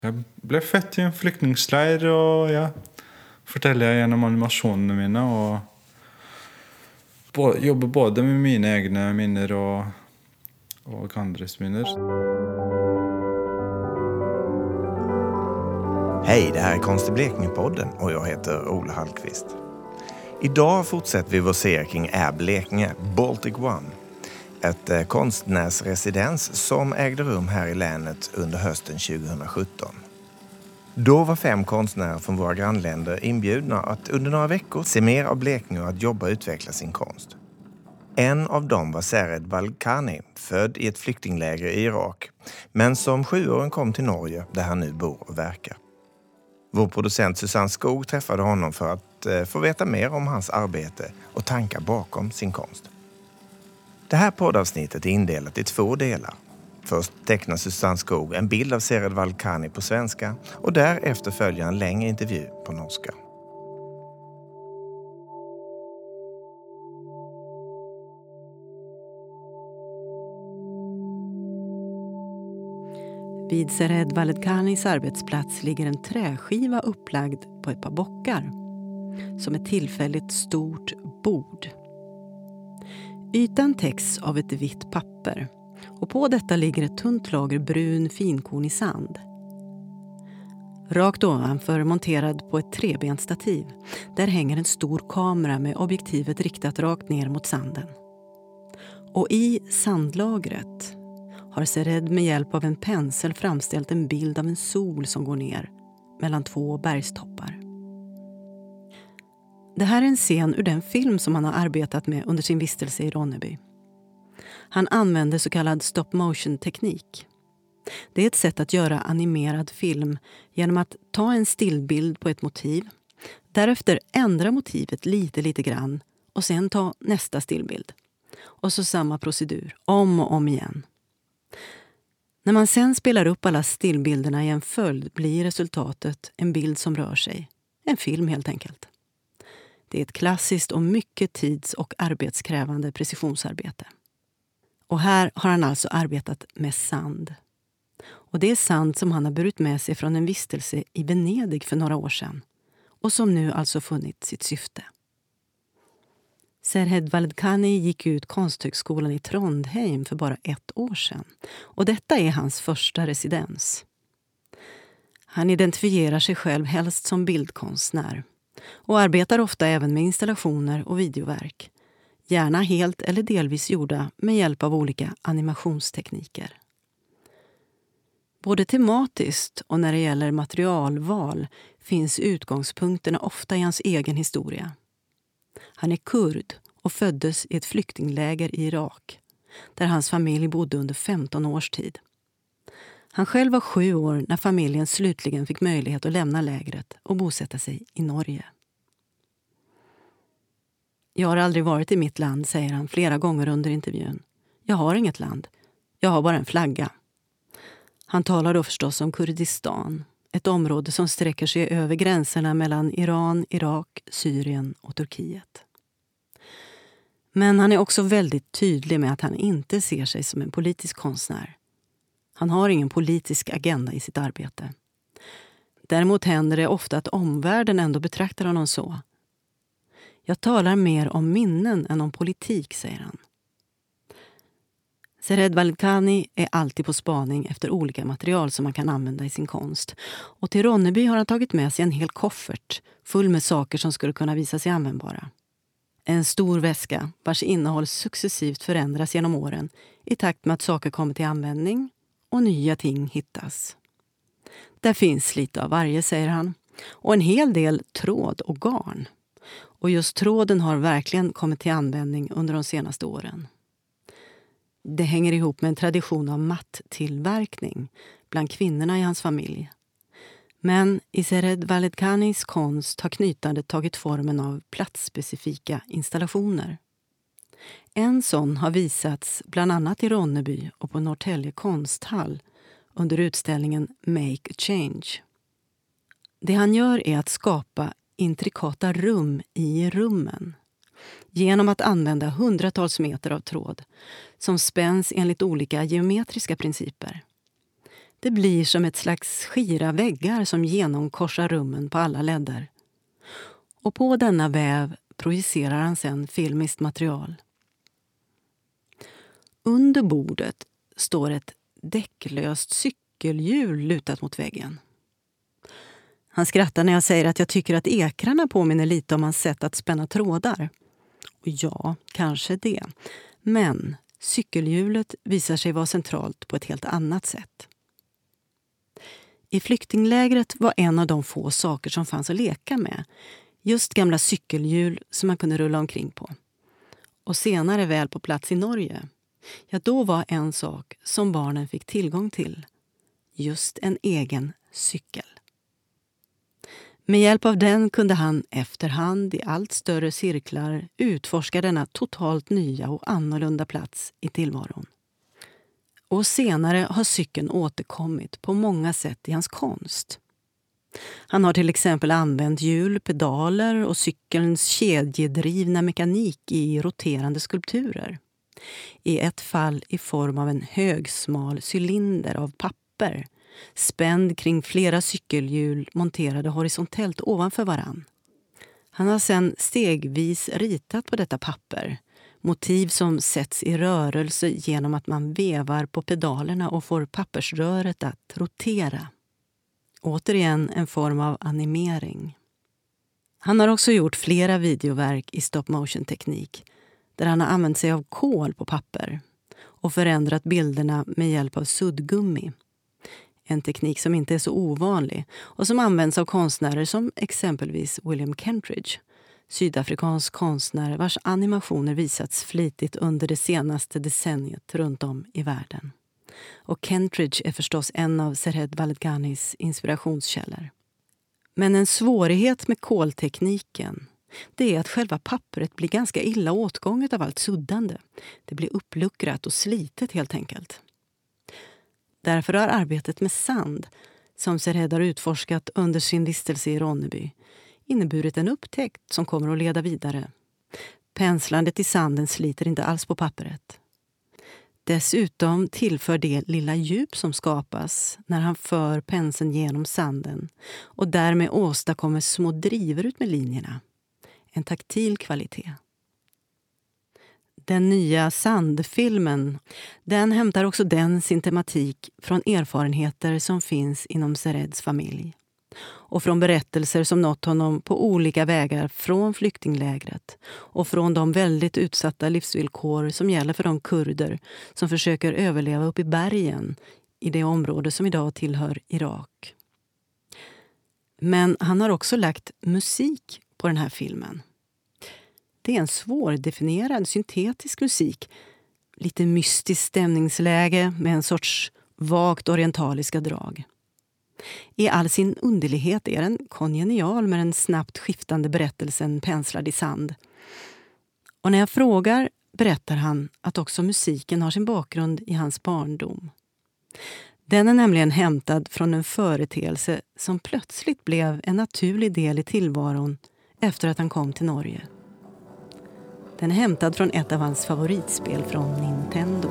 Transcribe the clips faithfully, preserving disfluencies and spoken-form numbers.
Jag blev fett i en flyktingsläger och jag fortäller genom animationerna mina och bo, jobbar både med mina egna minnen och, och andras minnen. Hej, det här är Konst i Blekinge-podden och jag heter Ola Hallqvist. Idag fortsätter vi vår serie kring Air Blekinge, Baltic One. Ett konstnärsresidens som ägde rum här i länet under hösten tjugohundrasjutton. Då var fem konstnärer från våra grannländer inbjudna att under några veckor se mer av Blekinge och att jobba och utveckla sin konst. En av dem var Sered Valkani, född i ett flyktingläger i Irak, men som sjuåring kom till Norge där han nu bor och verkar. Vår producent Susanne Skog träffade honom för att eh, få veta mer om hans arbete och tankar bakom sin konst. Det här poddavsnittet är indelat i två delar. Först tecknar Susanne Skog en bild av Sered Valkani på svenska och därefter följer en längre intervju på norska. Vid Sered Valkanis arbetsplats ligger en träskiva upplagd på ett par bockar som ett tillfälligt stort bord. Ytan täcks av ett vitt papper och på detta ligger ett tunt lager brun finkornig sand. Rakt ovanför, monterad på ett trebensstativ, där hänger en stor kamera med objektivet riktat rakt ner mot sanden. Och i sandlagret har Sered med hjälp av en pensel framställt en bild av en sol som går ner mellan två bergstoppar. Det här är en scen ur den film som han har arbetat med under sin vistelse i Ronneby. Han använder så kallad stop-motion-teknik. Det är ett sätt att göra animerad film genom att ta en stillbild på ett motiv, därefter ändra motivet lite lite grann och sen ta nästa stillbild. Och så samma procedur, om och om igen. När man sen spelar upp alla stillbilderna i en följd blir resultatet en bild som rör sig. En film helt enkelt. Det är ett klassiskt och mycket tids- och arbetskrävande precisionsarbete. Och här har han alltså arbetat med sand. Och det är sand som han har burit med sig från en vistelse i Venedig för några år sedan. Och som nu alltså funnit sitt syfte. Sered Valkani gick ut Konsthögskolan i Trondheim för bara ett år sedan. Och detta är hans första residens. Han identifierar sig själv helst som bildkonstnär. Och arbetar ofta även med installationer och videoverk. Gärna helt eller delvis gjorda med hjälp av olika animationstekniker. Både tematiskt och när det gäller materialval finns utgångspunkterna ofta i hans egen historia. Han är kurd och föddes i ett flyktingläger i Irak, där hans familj bodde under femton års tid. Han själv var sju år när familjen slutligen fick möjlighet att lämna lägret och bosätta sig i Norge. Jag har aldrig varit i mitt land, säger han flera gånger under intervjun. Jag har inget land. Jag har bara en flagga. Han talar då förstås om Kurdistan, ett område som sträcker sig över gränserna mellan Iran, Irak, Syrien och Turkiet. Men han är också väldigt tydlig med att han inte ser sig som en politisk konstnär. Han har ingen politisk agenda i sitt arbete. Däremot händer det ofta att omvärlden ändå betraktar honom så. Jag talar mer om minnen än om politik, säger han. Sered Valkani är alltid på spaning efter olika material som man kan använda i sin konst. Och till Ronneby har han tagit med sig en hel koffert full med saker som skulle kunna visa sig användbara. En stor väska vars innehåll successivt förändras genom åren i takt med att saker kommer till användning och nya ting hittas. Där finns lite av varje, säger han, och en hel del tråd och garn. Och just tråden har verkligen kommit till användning under de senaste åren. Det hänger ihop med en tradition av mattillverkning bland kvinnorna i hans familj. Men i Sered Valkanis konst har knytandet tagit formen av platsspecifika installationer. En sån har visats bland annat i Ronneby och på Norrtälje konsthall under utställningen Make a Change. Det han gör är att skapa intrikata rum i rummen genom att använda hundratals meter av tråd som spänns enligt olika geometriska principer. Det blir som ett slags skira väggar som genomkorsar rummen på alla ledder. Och på denna väv projicerar han sedan filmiskt material. Under bordet står ett däcklöst cykelhjul lutat mot väggen. Han skrattar när jag säger att jag tycker att ekrarna påminner lite om hans sätt att spänna trådar. Och ja, kanske det. Men cykelhjulet visar sig vara centralt på ett helt annat sätt. I flyktinglägret var en av de få saker som fanns att leka med just gamla cykelhjul som man kunde rulla omkring på. Och senare väl på plats i Norge, ja då var en sak som barnen fick tillgång till just en egen cykel. Med hjälp av den kunde han efterhand i allt större cirklar utforska denna totalt nya och annorlunda plats i tillvaron. Och senare har cykeln återkommit på många sätt i hans konst. Han har till exempel använt hjul, pedaler och cykelns kedjedrivna mekanik i roterande skulpturer. I ett fall i form av en högsmal cylinder av papper, spänd kring flera cykelhjul monterade horisontellt ovanför varann. Han har sedan stegvis ritat på detta papper, motiv som sätts i rörelse genom att man vevar på pedalerna och får pappersröret att rotera. Återigen en form av animering. Han har också gjort flera videoverk i stop-motion-teknik där han har använt sig av kol på papper och förändrat bilderna med hjälp av suddgummi. En teknik som inte är så ovanlig och som används av konstnärer som exempelvis William Kentridge, sydafrikansk konstnär vars animationer visats flitigt under det senaste decenniet runt om i världen. Och Kentridge är förstås en av Serhed Valedganis inspirationskällor. Men en svårighet med koltekniken, det är att själva pappret blir ganska illa åtgånget av allt suddande. Det blir uppluckrat och slitet helt enkelt. Därför har arbetet med sand, som Serhed har utforskat under sin vistelse i Ronneby, inneburit en upptäckt som kommer att leda vidare. Penslandet i sanden sliter inte alls på pappret. Dessutom tillför det lilla djup som skapas när han för penseln genom sanden och därmed åstadkommer små driver ut med linjerna. En taktil kvalitet. Den nya sandfilmen, den hämtar också den sin tematik från erfarenheter som finns inom Serheds familj. Och från berättelser som nått honom på olika vägar från flyktinglägret och från de väldigt utsatta livsvillkor som gäller för de kurder som försöker överleva upp i bergen i det område som idag tillhör Irak. Men han har också lagt musik på den här filmen. Det är en svårdefinierad syntetisk musik, lite mystiskt stämningsläge med en sorts vagt orientaliska drag. I all sin underlighet är den kongenial med den snabbt skiftande berättelsen penslad i sand. Och när jag frågar berättar han att också musiken har sin bakgrund i hans barndom. Den är nämligen hämtad från en företeelse som plötsligt blev en naturlig del i tillvaron efter att han kom till Norge. Den är hämtad från ett av hans favoritspel från Nintendo.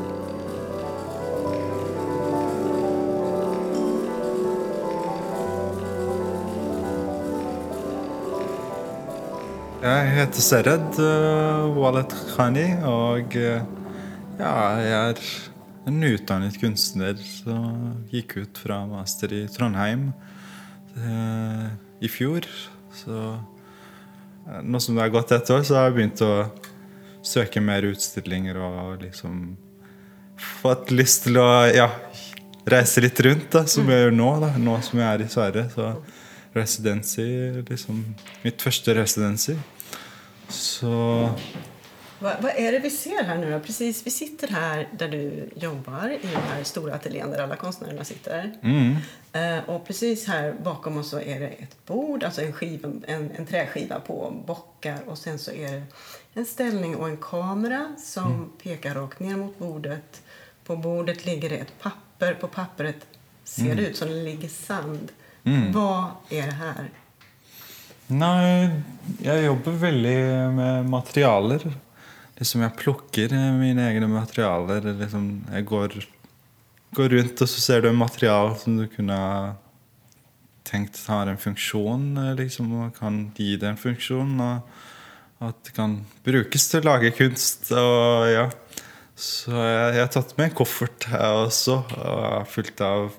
Jeg heter Serhed uh, Valedgani, og uh, ja, jeg er en utdannet kunstner som gikk ut fra master i Trondheim uh, i fjor. Så uh, nå som det har gått ett år, så har jeg begynt å søke mer utstillinger og liksom fått lyst til å ja, reise litt rundt, da, som jeg gjør nå, da, nå som jeg er i Sverige. Så residency, liksom mitt första residency. Så vad, vad är det vi ser här nu då? Precis, vi sitter här där du jobbar i den här stora ateljén där alla konstnärerna sitter. mm. Eh, och precis här bakom oss så är det ett bord, alltså en, skiva, en, en träskiva på bockar, och sen så är det en ställning och en kamera som mm. pekar rakt ner mot bordet. På bordet ligger det ett papper, på pappret ser mm. det ut som det ligger sand. Mm. Vad är det här? Nej, jag jobbar väldigt med materialer. Liksom jag plockar mina egna materialer. Liksom jag går går runt och så ser du en material som du kunde tänkt har en funktion liksom, och kan ge det en funktion och att det kan brukas till att laga konst och ja. Så jag, jag har tagit med en koffert här också och fyllt av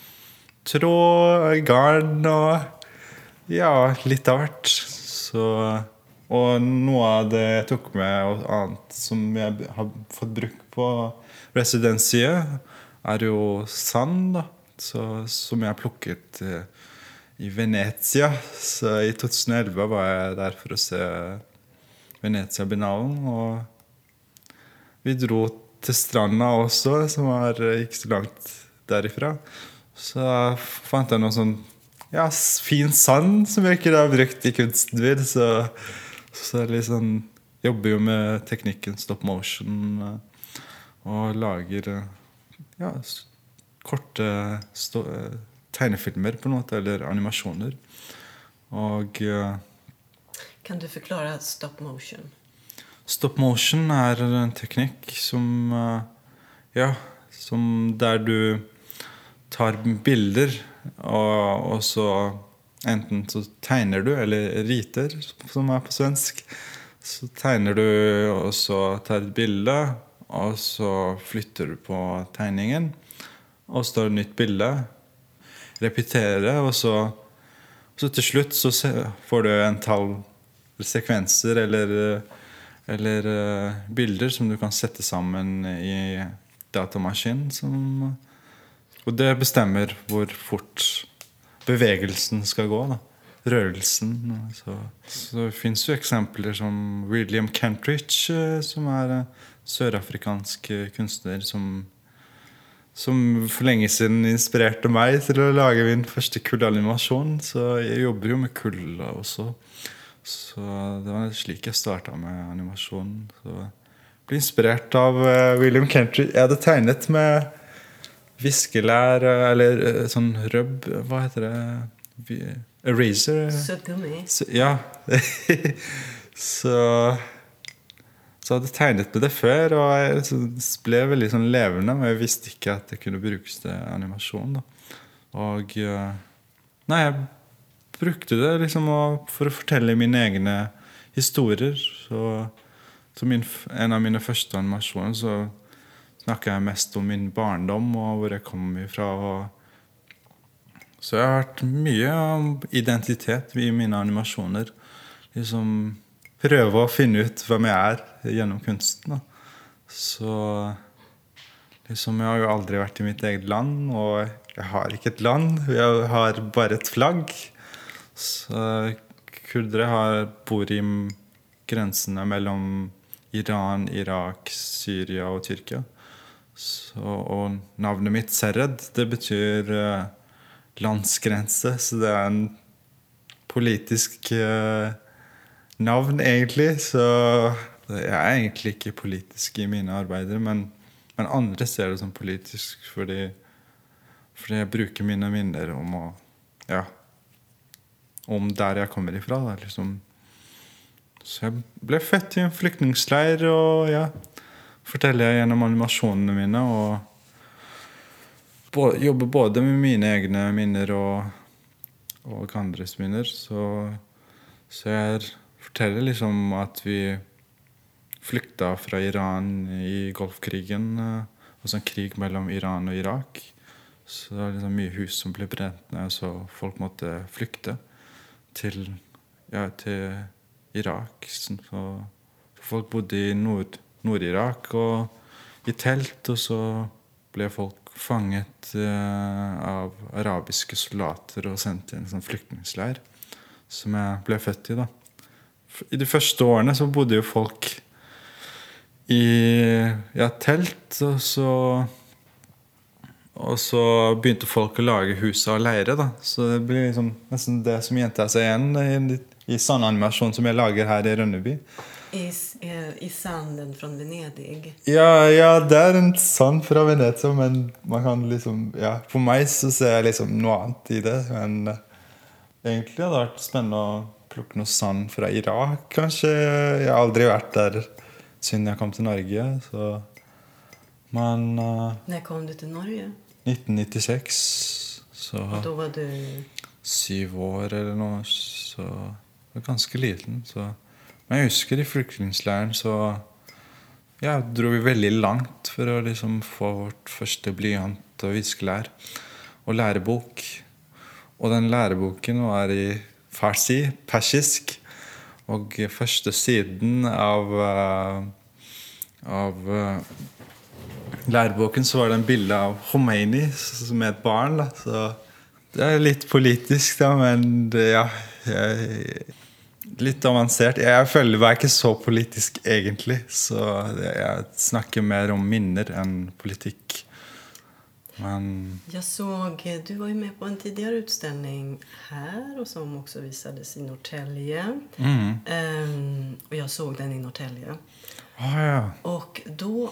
tråd, garn och ja, lite art. Så och något av det jag tog med och annat som jag har fått bruk på residensiet är ju sand då. Så som jag har plockat eh, i Venezia. Så i tjugoelva var jag där för att se Venezia-binalen och vi drog till stranden också som var inte så långt därifrån. Så fann jag någon sån ja, fin sand som jag inte har brukt i konstvid så så liksom jobbar ju med tekniken stop motion och lager ja korta stå, tegnefilmer på något eller animationer. Och kan du förklara stop motion? Stop motion är en teknik som ja, som där du tar bilder och, och så enten så tegner du eller ritar som är på svensk. Så tegner du och så tar ett bilde och så flyttar du på tegningen och så tar du ett nytt bilde. Repeterar och så så till slut så får du en tal sekvenser eller eller bilder som du kan sätta samman i datamaskin som och det bestämmer hur fort bevägelsen ska gå då. Rörelsen så så det finns ju exempel som William Kentridge som är en sydafrikansk konstnär som som för länge sedan inspirerade mig till att laga min första kullanimation så jag jobbar ju med kulla också. Så det var slik jag startade med animation så jag blev inspirerad av William Kentridge. Jag hade tegnat med viskelär eller sån rubb, vad heter det? Eraser. Suddgummi. Så, ja. så så hade tegnat med det før och jag så blev väldigt sån levande men jag visste inte att det kunde brukas till animation då. Och nej, jag brukte det liksom för att fortälla mina egna historier så så min en av mina första animationer så snackade jag mest om min barndom och var jag kom ifrån och så jag har hört mycket om identitet i mina animationer liksom pröva att finna ut vem jag är genom konsten. Så liksom jag har ju aldrig varit i mitt eget land och jag har inte ett land, jag har bara ett flagg. Så kurdere har bor i gränserna mellan Iran, Irak, Syrien och Turkiet. Så och navnet mitt Sered det betyder uh, landsgrense så det är en politisk uh, navn egentligen så jag är egentligen inte politisk i mina arbeten men men andra ser det som politisk för det för jag brukar mina minnen om att ja om där jag kommer ifrån där liksom så jag blev född i en flyktingläger och ja fortäller jag genom animationerna mina och bo, jobbar både med mina egna minnen och och andras minnen så så jag fortäller liksom att vi flykta från Iran i Golfkrigen och sen krig mellan Iran och Irak. Så det var liksom mycket hus som blev bränt så folk måste flykta till ja till Irak så folk bodde i nord Nordirak och i tält och så blev folk fånget uh, av arabiska soldater och sändt till en sån flyktingläger som jag blev född i då. I de första åren så bodde ju folk i ja tält och så och så började folk att laga hus av leire då. Så det blir liksom nästan det som gjentar sig igen i, i sån animation som jag lagar här i Rönneby. I, I sanden från Venedig. Ja, ja, det är en sand från Venedig men man kan liksom ja, på mig så ser jag liksom något annat i det men äh, egentligen har det varit spännande att plocka något sand från Irak kanske. Jag har aldrig varit där sen jag kom till Norge så man uh... När kom du till Norge? nittennittiosex. Så Och då var du... syv år eller noe, så jeg var ganske liten. Så. Men jeg husker i flyktningsleiren så ja, dro vi veldig langt for å liksom få vårt første blyant og viskelær og lærebok. Og den læreboken var i farsi, persisk, og første siden av, uh, av uh, læreboken så var det en bilde av Khomeini som er et barn. Da. Så det er litt politisk, da, men det, ja, jeg, litt avansert. Jeg føler meg ikke så politisk egentlig, så jeg snakker mer om minner enn politikk. Men... Jag såg, du var ju med på en tidigare utställning här och som också visades i Norrtälje. Mm. Um, och jag såg den i Norrtälje. Ah, ja. Och då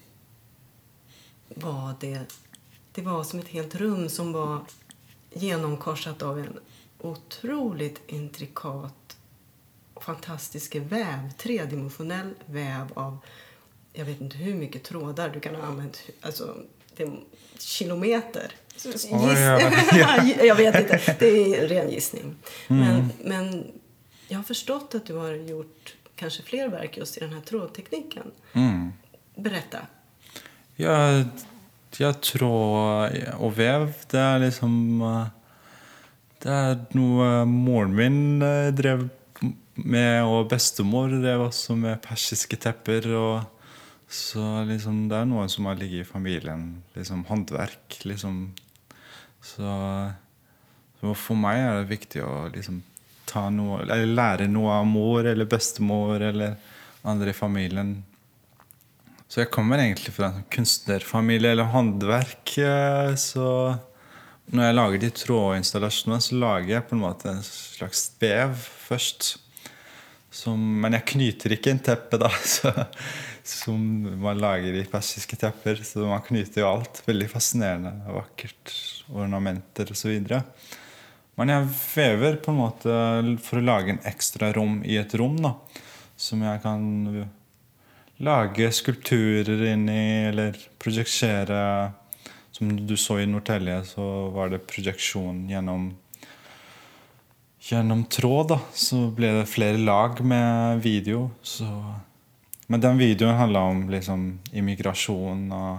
var det, det var som ett helt rum som var genomkorsat av en otroligt intrikat och fantastisk väv, tredimensionell väv av, jag vet inte hur mycket trådar du kan ha använt, alltså det är kilometer. Giss... Oh, ja, ja. Jag vet inte, det är ren gissning. Mm. Men, men jag har förstått att du har gjort kanske fler verk just i den här trådtekniken. Mm. Berätta. Ja, jag tror och väv det är liksom det är nog moren min drev med och bestemor drev också med persiska täpper och så liksom det är något som har ligger i familjen liksom hantverk liksom så så för mig är det viktigt att liksom ta något eller lära något av mor eller bestemor eller andra i familjen. Så jag kommer egentligen från en konstnärfamilj eller hantverk så när jag lagar de trådinstallationerna så lagar jag på något sätt en slags väv först som men jag knyter inte en täppe då så som man lagar i persiska täpper så man knyter ju allt väldigt fascinerande vackert ornamenter och så vidare. Men jag väver på något sätt för att laga en extra rum i ett rum då som jag kan lage skulpturer in i eller projicera som du såg i Norrtälje så var det projektion genom genom tråd då så blev det flera lag med video så men den videon handlar om liksom immigration och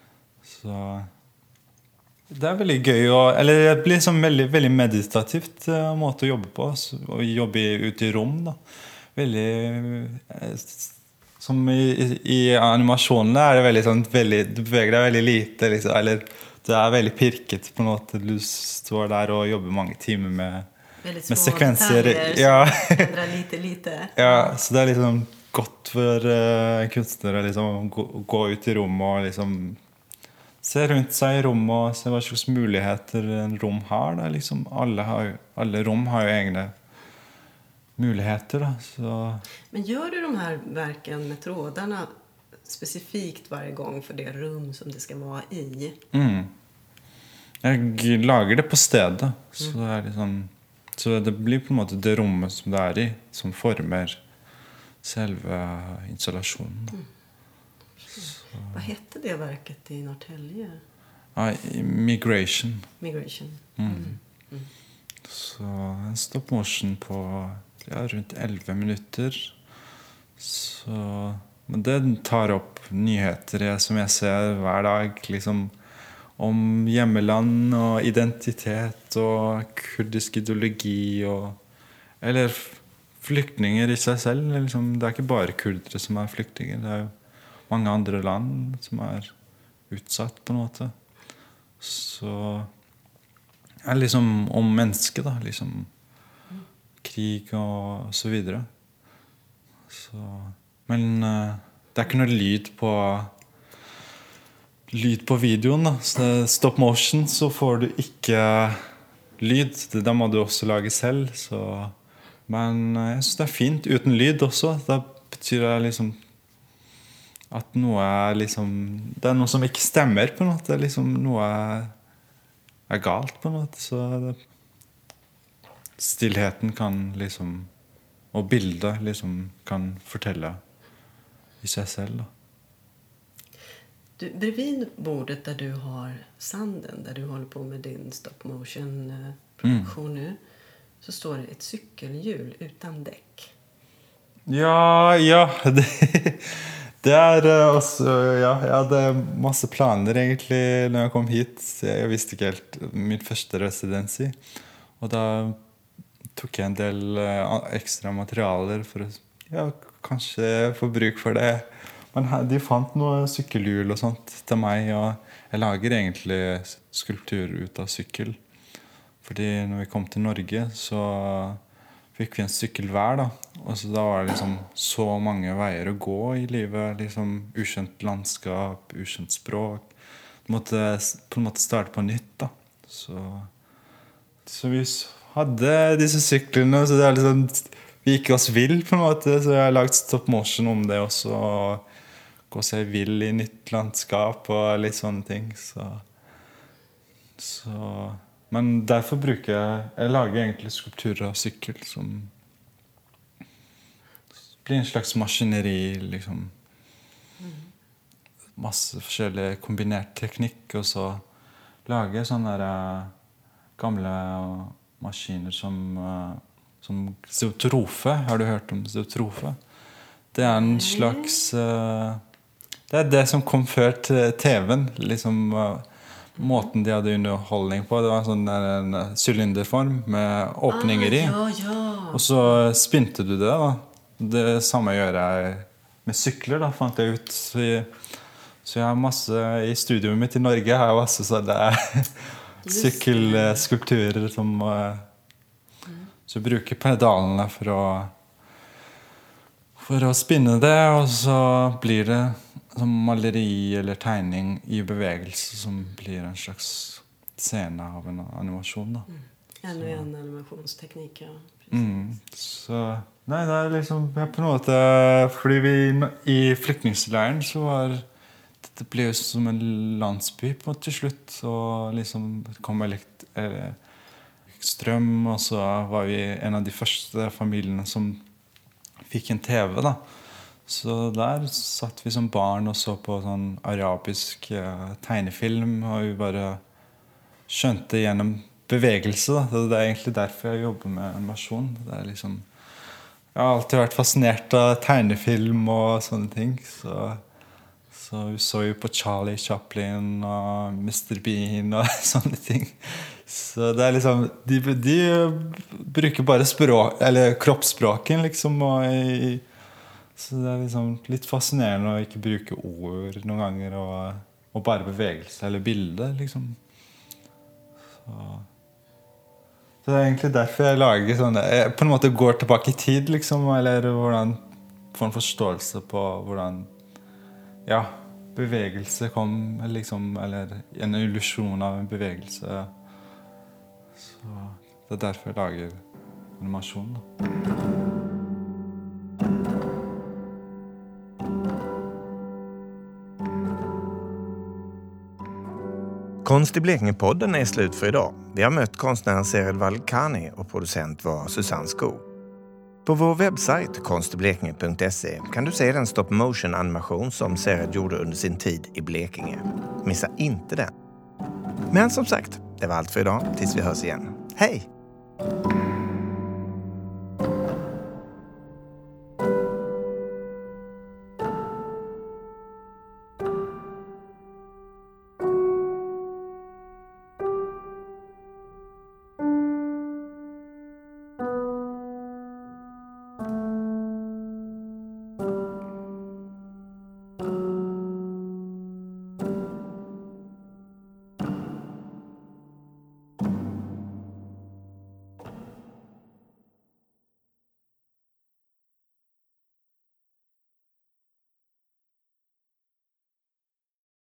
så det är väldigt kul och eller det blir som väldigt väldigt meditativt uh, måte att jobba på och jobba ute i rum då väldigt uh, som i, i, i animationen är det väldigt sånt väldigt du beväger dig väldigt lite liksom eller det är väldigt pirket på något du står där och jobbar många timmar med med sekvenser ja ändra lite lite ja så det är liksom gott för uh, en konstnär liksom gå, gå ut i rum och liksom se runt sig i rum och se vad slags möjligheter en rum har där liksom alla har alla rum har ju egna möjligheter då, så men gör du de här verken med trådarna specifikt varje gång för det rum som det ska vara i? Mm. Jag lagar det på stället så mm. är det liksom så det blir på något sätt det rummet som det är i som formar själva installationen. Mm. Vad hette det verket i Norrtälje? Ja, Migration. Migration. Mm. Mm. Mm. Så en stop motion på ja, runt elva minuter. Så men det tar upp nyheter som jag ser hver dag liksom om hjemmeland och identitet och kurdisk ideologi och eller flyktingar i sig själv liksom det är inte bara kurder som är flyktingar det är ju många andra land som är utsatt på något sätt. Så är liksom om människor då liksom krig och så vidare. Så men uh, det är inte någon lyd på lyd på videon då. Så stop motion så får du inte lyd. Det där måste du också laga själv så men uh, jag syns det är fint utan lyd också. Det betyder det liksom att något är liksom det är något som inte stämmer på något det liksom något är, är galt på något så det, stillheten kan liksom och bilder liksom kan fortälla i sig själv då. Du, bredvid bordet där du har sanden, där du håller på med din stop motion eh, produktion mm. nu, så står det ett cykelhjul utan däck. Ja, ja. Det, det är också, ja, jag hade massa planer egentligen när jag kom hit. Jag visste inte helt min första residency. Och då tog jag en del extra materialer för att ja, kanske få bruk för det. Men de fann några cykelhjul och sånt till mig. Och jag lager egentligen skulptur ut av cykel. För när vi kom till Norge så fick vi en cykel var då. Och så då var det liksom så många vägar att gå i livet. Liksom ukänt landskap, ukänt språk. Du måste på något starta på nytt då. Så, så vi hade dessa cyklarna så det är liksom, vi gick oss vill på något sätt. Så jag har lagt stop motion om det också. Och gå sig vill i nytt landskap och lite sådana ting. Så, så, men därför brukar jag, jag laga egentligen skulpturer av cykel som blir en slags maskineri liksom. Mm. Massa olika kombinerad teknik och så laga sådana där gamla maskiner som som Zoetrope. Har du hört om Zoetrope? Det är en slags det är det som kom för tvn liksom måten de hade underhållning på. Det var en sån där en cylinderform med öppningar i. Ah, ja, ja. Och så spinte du det då. Det samma gör jag med cyklar då, fann jag ut. Så, så jag har massa i studion mitt i Norge har jag massa sådana cykelskulpturer som mm. så jag brukar pedalerna för att för att spinna det och så blir det som maleri eller tegning i bevegelse som blir en slags scen av en animation då. Mm. Ännu en animationsteknik, ja. Mm. Så nej, det är liksom jag på något sätt för vi i flyktinglägren så var det blev som en landsby på till slut och liksom kom elekt eh, ström och så var vi en av de första familjerna som fick en tv då. Så där satt vi som barn och så på sån arabisk eh, tegnefilm och vi bara skönte genom bevegelse då. Så det är egentligen därför jag jobbar med animation. Det är liksom jag har alltid varit fascinerad av tegnefilm och såna ting så så vi såg ju på Charlie Chaplin och mister Bean och såna ting. Så det är liksom de, de brukar bara språk eller kroppsspråken liksom och i, så det är liksom lite fascinerande att inte bruka ord någon gånger och och bara bevegelse eller bilder liksom. Så så det är egentligen därför jag lagar såna jag på något sätt går tillbaka i tid liksom eller hur få en förståelse på hur ja, bevegelse kom liksom eller en illusion av en bevegelse. Så det är därför jag lagar animation då. Konst i Blekinge-podden är slut för idag. Vi har mött konstnären Sered Valkani och producent var Susanne Skog. På vår webbsajt konstiblekinge punkt se kan du se den stop motion animation som Sered gjorde under sin tid i Blekinge. Missa inte den. Men som sagt, det var allt för idag tills vi hörs igen. Hej!